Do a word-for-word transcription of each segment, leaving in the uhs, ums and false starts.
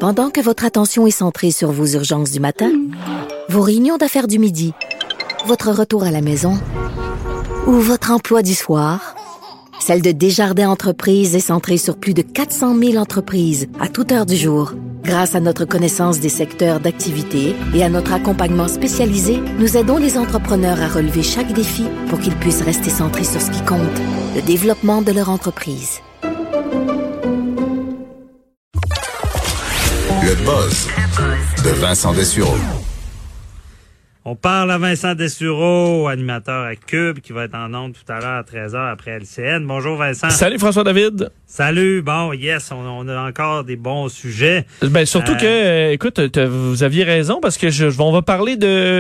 Pendant que votre attention est centrée sur vos urgences du matin, vos réunions d'affaires du midi, votre retour à la maison ou votre emploi du soir, celle de Desjardins Entreprises est centrée sur plus de quatre cent mille entreprises à toute heure du jour. Grâce à notre connaissance des secteurs d'activité et à notre accompagnement spécialisé, nous aidons les entrepreneurs à relever chaque défi pour qu'ils puissent rester centrés sur ce qui compte, le développement de leur entreprise. Le buzz de Vincent Dessureau. On parle à Vincent Dessureau, animateur à Cube, qui va être en ondes tout à l'heure à treize heures après L C N. Bonjour Vincent. Salut François-David. Salut. Bon, yes, on, on a encore des bons sujets. Ben surtout euh... que, euh, écoute, vous aviez raison parce que je, on va parler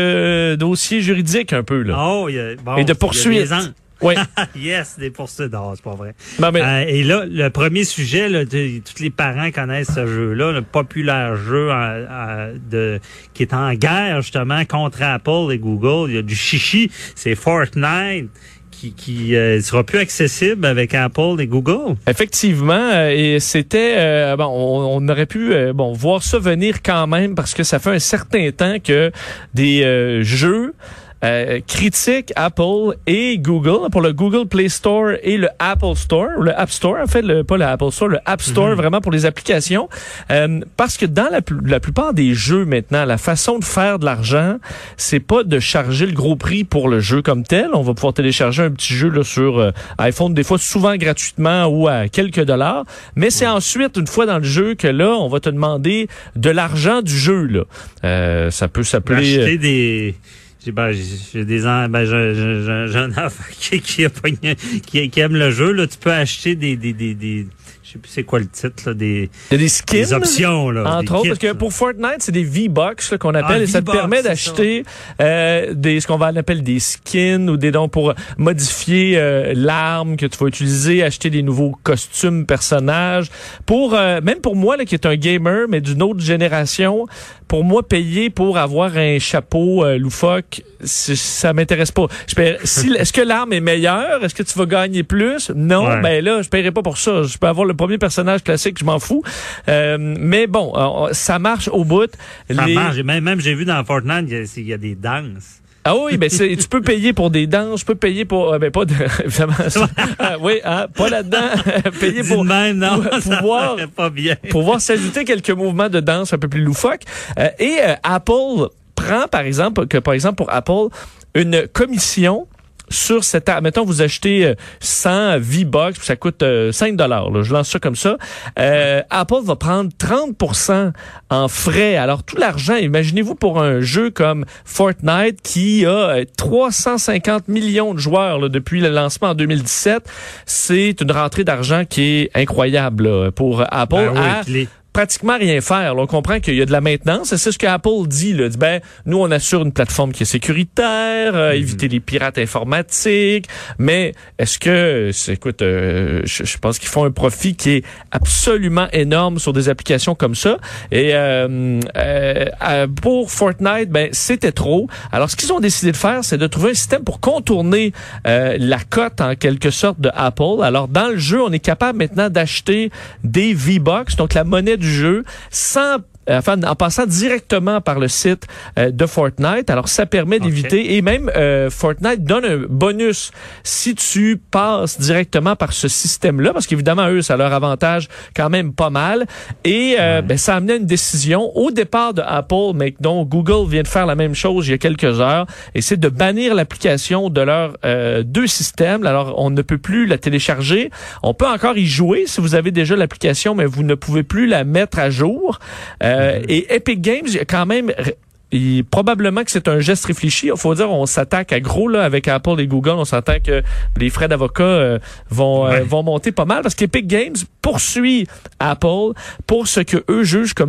de dossiers juridiques un peu là. Oh, y a, bon, et de poursuites. Oui. Yes, des poursuites. Non, c'est pas vrai. Non, mais... euh, et là, le premier sujet, là, de, tous les parents connaissent ce jeu-là, le populaire jeu euh, euh, de qui est en guerre justement contre Apple et Google. Il y a du chichi, c'est Fortnite qui qui euh, sera plus accessible avec Apple et Google. Effectivement, euh, et c'était euh, bon, on, on aurait pu euh, bon voir ça venir quand même parce que ça fait un certain temps que des euh, jeux Euh, critique Apple et Google pour le Google Play Store et le Apple Store, le App Store, en fait, le, pas le Apple Store, le App Store, mm-hmm. vraiment pour les applications. Euh, parce que dans la, la plupart des jeux maintenant, la façon de faire de l'argent, c'est pas de charger le gros prix pour le jeu comme tel. On va pouvoir télécharger un petit jeu là, sur euh, iPhone, des fois souvent gratuitement ou à quelques dollars. Mais c'est mm. ensuite, une fois dans le jeu, que là, on va te demander de l'argent du jeu. Là, euh, ça peut s'appeler... Acheter des... J'ai, ben, j'ai des ben, j'ai, j'ai, j'ai un enfant qui, qui, a pogné, qui, qui aime le jeu, là. Tu peux acheter des, des, des, des je sais plus c'est quoi le titre, là, des, il y a des skins, des options, là. Entre des autres, kits, parce que là. pour Fortnite, c'est des V-Bucks, là, qu'on appelle, ah, et ça te permet d'acheter, euh, des, ce qu'on va appeler des skins ou des dons pour modifier, euh, l'arme que tu vas utiliser, acheter des nouveaux costumes, personnages. Pour, euh, même pour moi, là, qui est un gamer, mais d'une autre génération, pour moi, payer pour avoir un chapeau euh, loufoque, ça m'intéresse pas. Je paierais, si, est-ce que l'arme est meilleure? Est-ce que tu vas gagner plus? Non, ouais. Ben là, je paierai pas pour ça. Je peux avoir le premier personnage classique, je m'en fous. Euh, mais bon, euh, ça marche au bout. Ça Les... marche. Même, même j'ai vu dans Fortnite, il y a, il y a des danses. Ah oui, ben c'est, tu peux payer pour des danses, tu peux payer pour, euh, ben pas de, évidemment, ah, oui, hein, pas là-dedans, payer pour, même, non, pour pouvoir, pas bien. pouvoir s'ajouter quelques mouvements de danse un peu plus loufoques. Euh, et euh, Apple prend, par exemple, que par exemple pour Apple, une commission sur cette, mettons, vous achetez cent V-Bucks, ça coûte cinq dollars, là, je lance ça comme ça. Euh, Apple va prendre trente pour cent en frais. Alors, tout l'argent, imaginez-vous pour un jeu comme Fortnite qui a trois cent cinquante millions de joueurs là, depuis le lancement en deux mille dix-sept, c'est une rentrée d'argent qui est incroyable là, pour Apple. Ben oui, à les... pratiquement rien faire. Là. On comprend qu'il y a de la maintenance. Et c'est ce que Apple dit. Là. Dit, ben, nous, on assure une plateforme qui est sécuritaire, euh, mm-hmm. éviter les pirates informatiques. Mais est-ce que, c'est, écoute, euh, je, je pense qu'ils font un profit qui est absolument énorme sur des applications comme ça. Et euh, euh, pour Fortnite, ben, c'était trop. Alors, ce qu'ils ont décidé de faire, c'est de trouver un système pour contourner euh, la cote, en quelque sorte, de Apple. Alors, dans le jeu, on est capable maintenant d'acheter des V-Bucks, donc la monnaie du jeu, sans Enfin, en passant directement par le site euh, de Fortnite. Alors, ça permet d'éviter, okay. et même euh, Fortnite donne un bonus si tu passes directement par ce système-là, parce qu'évidemment, eux, ça leur avantage quand même pas mal. Et euh, ouais. ben, ça a amené une décision au départ de Apple, mais dont Google vient de faire la même chose il y a quelques heures, et c'est de bannir l'application de leurs euh, deux systèmes. Alors, on ne peut plus la télécharger. On peut encore y jouer si vous avez déjà l'application, mais vous ne pouvez plus la mettre à jour. Euh, Euh, et Epic Games, quand même, il, probablement que c'est un geste réfléchi. Il faut dire, on s'attaque à gros là avec Apple et Google. On s'entend que les frais d'avocat euh, vont ouais. euh, vont monter pas mal parce qu'Epic Games poursuit Apple pour ce que eux jugent comme une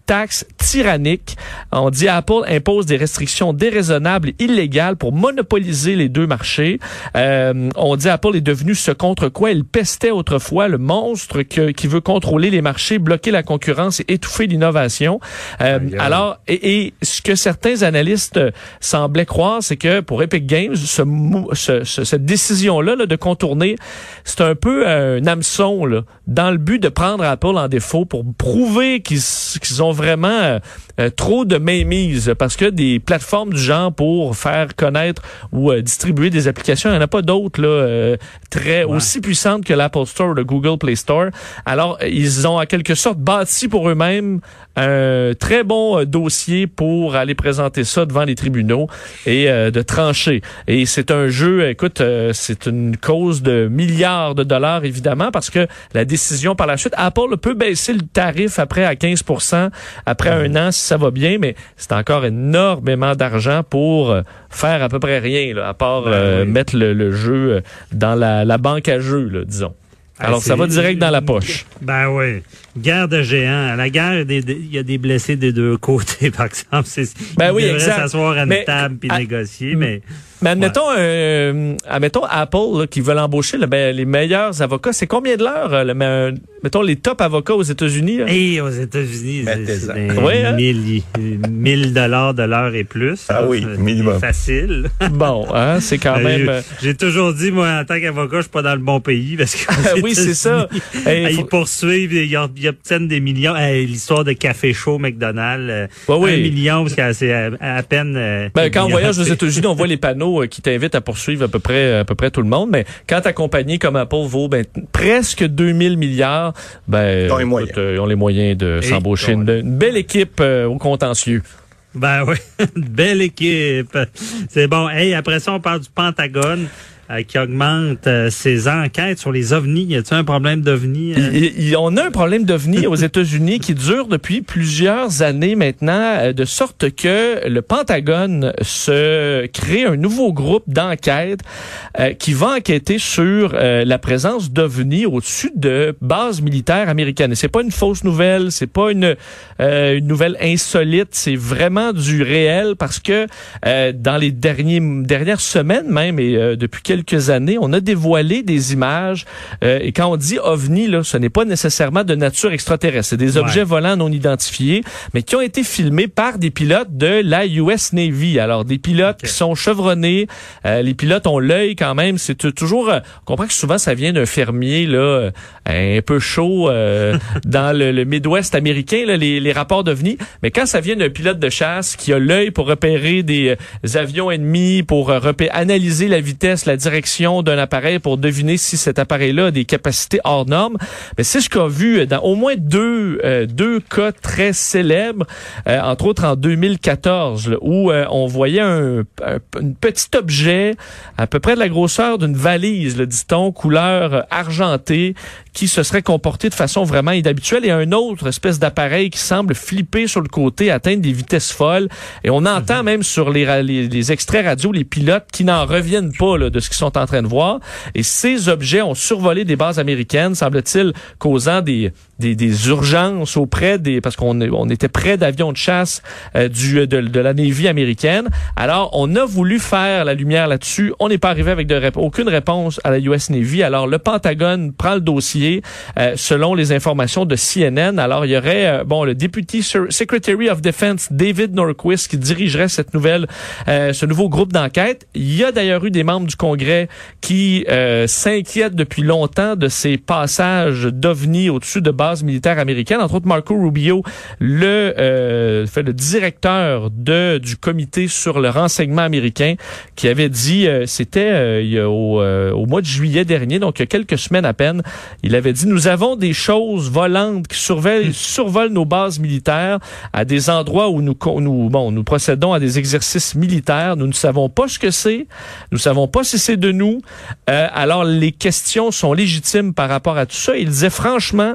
taxe tyrannique. On dit Apple impose des restrictions déraisonnables et illégales pour monopoliser les deux marchés. Euh, on dit Apple est devenu ce contre quoi il pestait autrefois, le monstre que, qui veut contrôler les marchés, bloquer la concurrence et étouffer l'innovation. Euh, alors, et, et ce que certains analystes semblaient croire, c'est que pour Epic Games, ce, ce, ce, cette décision-là là, de contourner, c'est un peu un hameçon là, dans le but de prendre Apple en défaut pour prouver qu'ils, qu'ils ont vraiment euh, trop de mainmise, parce que des plateformes du genre pour faire connaître ou euh, distribuer des applications, il n'y en a pas d'autres là, euh, très ouais. aussi puissantes que l'Apple Store ou le Google Play Store. Alors, ils ont en quelque sorte bâti pour eux-mêmes un très bon euh, dossier pour aller présenter ça devant les tribunaux et euh, de trancher. Et c'est un jeu, écoute, euh, c'est une cause de milliards de dollars, évidemment, parce que la décision par la suite, Apple peut baisser le tarif après à quinze pour cent après mmh. un an si ça va bien, mais c'est encore énormément d'argent pour euh, faire à peu près rien, là, à part ben, euh, oui. mettre le, le jeu dans la, la banque à jeux, là, disons. Alors, ah, ça va direct dans la poche. Ben oui. Guerre de géants. À la guerre, il y a des blessés des deux côtés, par exemple. C'est, ben ils oui, devraient exact. s'asseoir à une mais, table puis à, négocier, mais... Mais admettons, ouais. euh, admettons Apple là, qui veulent embaucher là, ben, les meilleurs avocats. C'est combien de l'heure? Là, mais, mettons les top avocats aux États-Unis. Et aux États-Unis, c'est, c'est des ouais, hein? mille dollars de l'heure et plus. Ah là, oui, minimum. Facile. Bon, hein, c'est quand même... J'ai, j'ai toujours dit, moi, en tant qu'avocat, je suis pas dans le bon pays parce que oui, c'est ça. Hey, faut... Ils poursuivent, ils, ils obtiennent des millions. Hey, l'histoire de Café Chaud, McDonald's, euh, ouais, oui. un million, parce que c'est à, à peine... Euh, ben, quand on voyage aux États-Unis, on voit les panneaux qui t'invitent à poursuivre à peu près à peu près tout le monde, mais quand ta compagnie comme Apple vaut ben, presque deux mille milliards, ben, ils ont les moyens, écoute, euh, ont les moyens de Et s'embaucher une, une belle équipe euh, au contentieux. Ben oui, une belle équipe. C'est bon. Hey, après ça, on parle du Pentagone. Euh, qui augmente euh, ses enquêtes sur les ovnis. Y a-t-il un problème d'ovnis? Euh? Il, il, on a un problème d'ovnis aux États-Unis qui dure depuis plusieurs années maintenant, euh, de sorte que le Pentagone se crée un nouveau groupe d'enquête euh, qui va enquêter sur euh, la présence d'ovnis au-dessus de bases militaires américaines. Et c'est pas une fausse nouvelle, c'est pas une, euh, une nouvelle insolite, c'est vraiment du réel parce que euh, dans les derniers, dernières semaines même et euh, depuis quelques quelques années, on a dévoilé des images euh, et quand on dit ovni, là, ce n'est pas nécessairement de nature extraterrestre. C'est des objets ouais. volants non identifiés, mais qui ont été filmés par des pilotes de la U S Navy. Alors, des pilotes okay. qui sont chevronnés. Euh, les pilotes ont l'œil quand même. C'est t- toujours... Euh, on comprend que souvent, ça vient d'un fermier là, un peu chaud euh, dans le, le Midwest américain, là, les, les rapports d'ovni. Mais quand ça vient d'un pilote de chasse qui a l'œil pour repérer des, des avions ennemis, pour euh, repé- analyser la vitesse, la direction d'un appareil pour deviner si cet appareil-là a des capacités hors normes. Mais c'est ce qu'a vu dans au moins deux euh, deux cas très célèbres, euh, entre autres en deux mille quatorze, là, où euh, on voyait un, un, un petit objet à peu près de la grosseur d'une valise, là, dit-on, couleur argentée, qui se serait comporté de façon vraiment inhabituelle, et un autre espèce d'appareil qui semble flipper sur le côté, atteindre des vitesses folles. Et on entend mm-hmm. même sur les, les, les extraits radio les pilotes qui n'en reviennent pas là, de ce qu'ils sont en train de voir. Et ces objets ont survolé des bases américaines, semble-t-il, causant des, des, des urgences auprès des... Parce qu'on on était près d'avions de chasse euh, du, de, de la Navy américaine. Alors, on a voulu faire la lumière là-dessus. On n'est pas arrivé avec de rép- aucune réponse à la U S Navy. Alors, le Pentagone prend le dossier euh, selon les informations de C N N. Alors, il y aurait, euh, bon, le Deputy Secretary of Defense, David Norquist, qui dirigerait cette nouvelle, euh, ce nouveau groupe d'enquête. Il y a d'ailleurs eu des membres du Congrès qui euh, s'inquiètent depuis longtemps de ces passages d'ovnis au-dessus de bases militaires américaines. Entre autres, Marco Rubio, le, euh, fait le directeur de, du comité sur le renseignement américain, qui avait dit, euh, c'était euh, il y a au, euh, au mois de juillet dernier, donc il y a quelques semaines à peine, il avait dit, nous avons des choses volantes qui surveillent, survolent nos bases militaires à des endroits où nous, nous, bon, nous procédons à des exercices militaires. Nous ne savons pas ce que c'est. Nous ne savons pas si c'est de nous. Euh, alors, les questions sont légitimes par rapport à tout ça. Il disait franchement,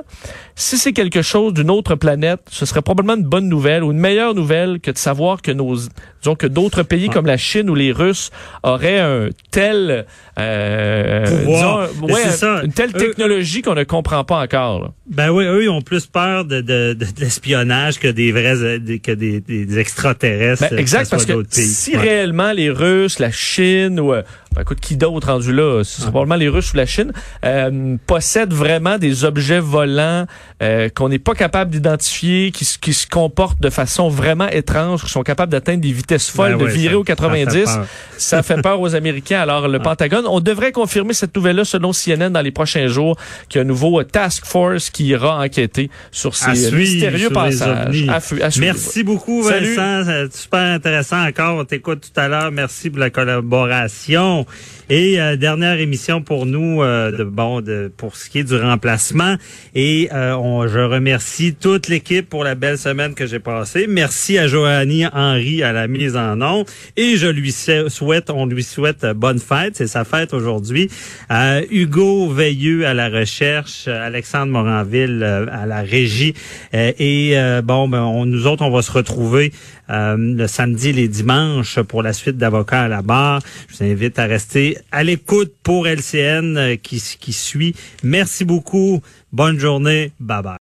si c'est quelque chose d'une autre planète, ce serait probablement une bonne nouvelle ou une meilleure nouvelle que de savoir que nos, disons que d'autres pays ah. comme la Chine ou les Russes auraient un tel euh, pouvoir, disons, ouais, c'est ça. Une telle technologie eux, qu'on ne comprend pas encore. Là. Ben oui, eux ils ont plus peur de, de, de, de l'espionnage que des vrais de, que des, des extraterrestres. Ben, exact, parce que pays. si ouais. réellement les Russes, la Chine ou ben, écoute, qui d'autre rendu là, c'est ah. probablement les Russes ou la Chine, euh, possèdent vraiment des objets volants euh, qu'on n'est pas capable d'identifier, qui, qui se comportent de façon vraiment étrange, qui sont capables d'atteindre des vitesses folles, ben de ouais, virer ça, au quatre-vingt-dix. Ça fait, ça fait peur aux Américains. Alors, le ah. Pentagone, on devrait confirmer cette nouvelle-là selon C N N dans les prochains jours, qu'il y a un nouveau task force qui ira enquêter sur ces suivre, mystérieux sur passages. À feu, à Merci beaucoup, Salut. Vincent. C'est super intéressant encore. On t'écoute tout à l'heure. Merci pour la collaboration. Et euh, dernière émission pour nous, euh, de, bon, de, pour ce qui est du remplacement. Et euh, on, je remercie toute l'équipe pour la belle semaine que j'ai passée. Merci à Joanie Henry à la mise en onde. Et je lui souhaite, on lui souhaite bonne fête. C'est sa fête aujourd'hui. Euh, Hugo Veilleux à la recherche, Alexandre Moranville euh, à la régie. Euh, et euh, bon, ben, on, nous autres, on va se retrouver euh, le samedi et les dimanches pour la suite d'Avocats à la barre. Je vous invite à rester à l'écoute pour L C N euh, qui, qui suit. Merci beaucoup. Bonne journée. Bye bye.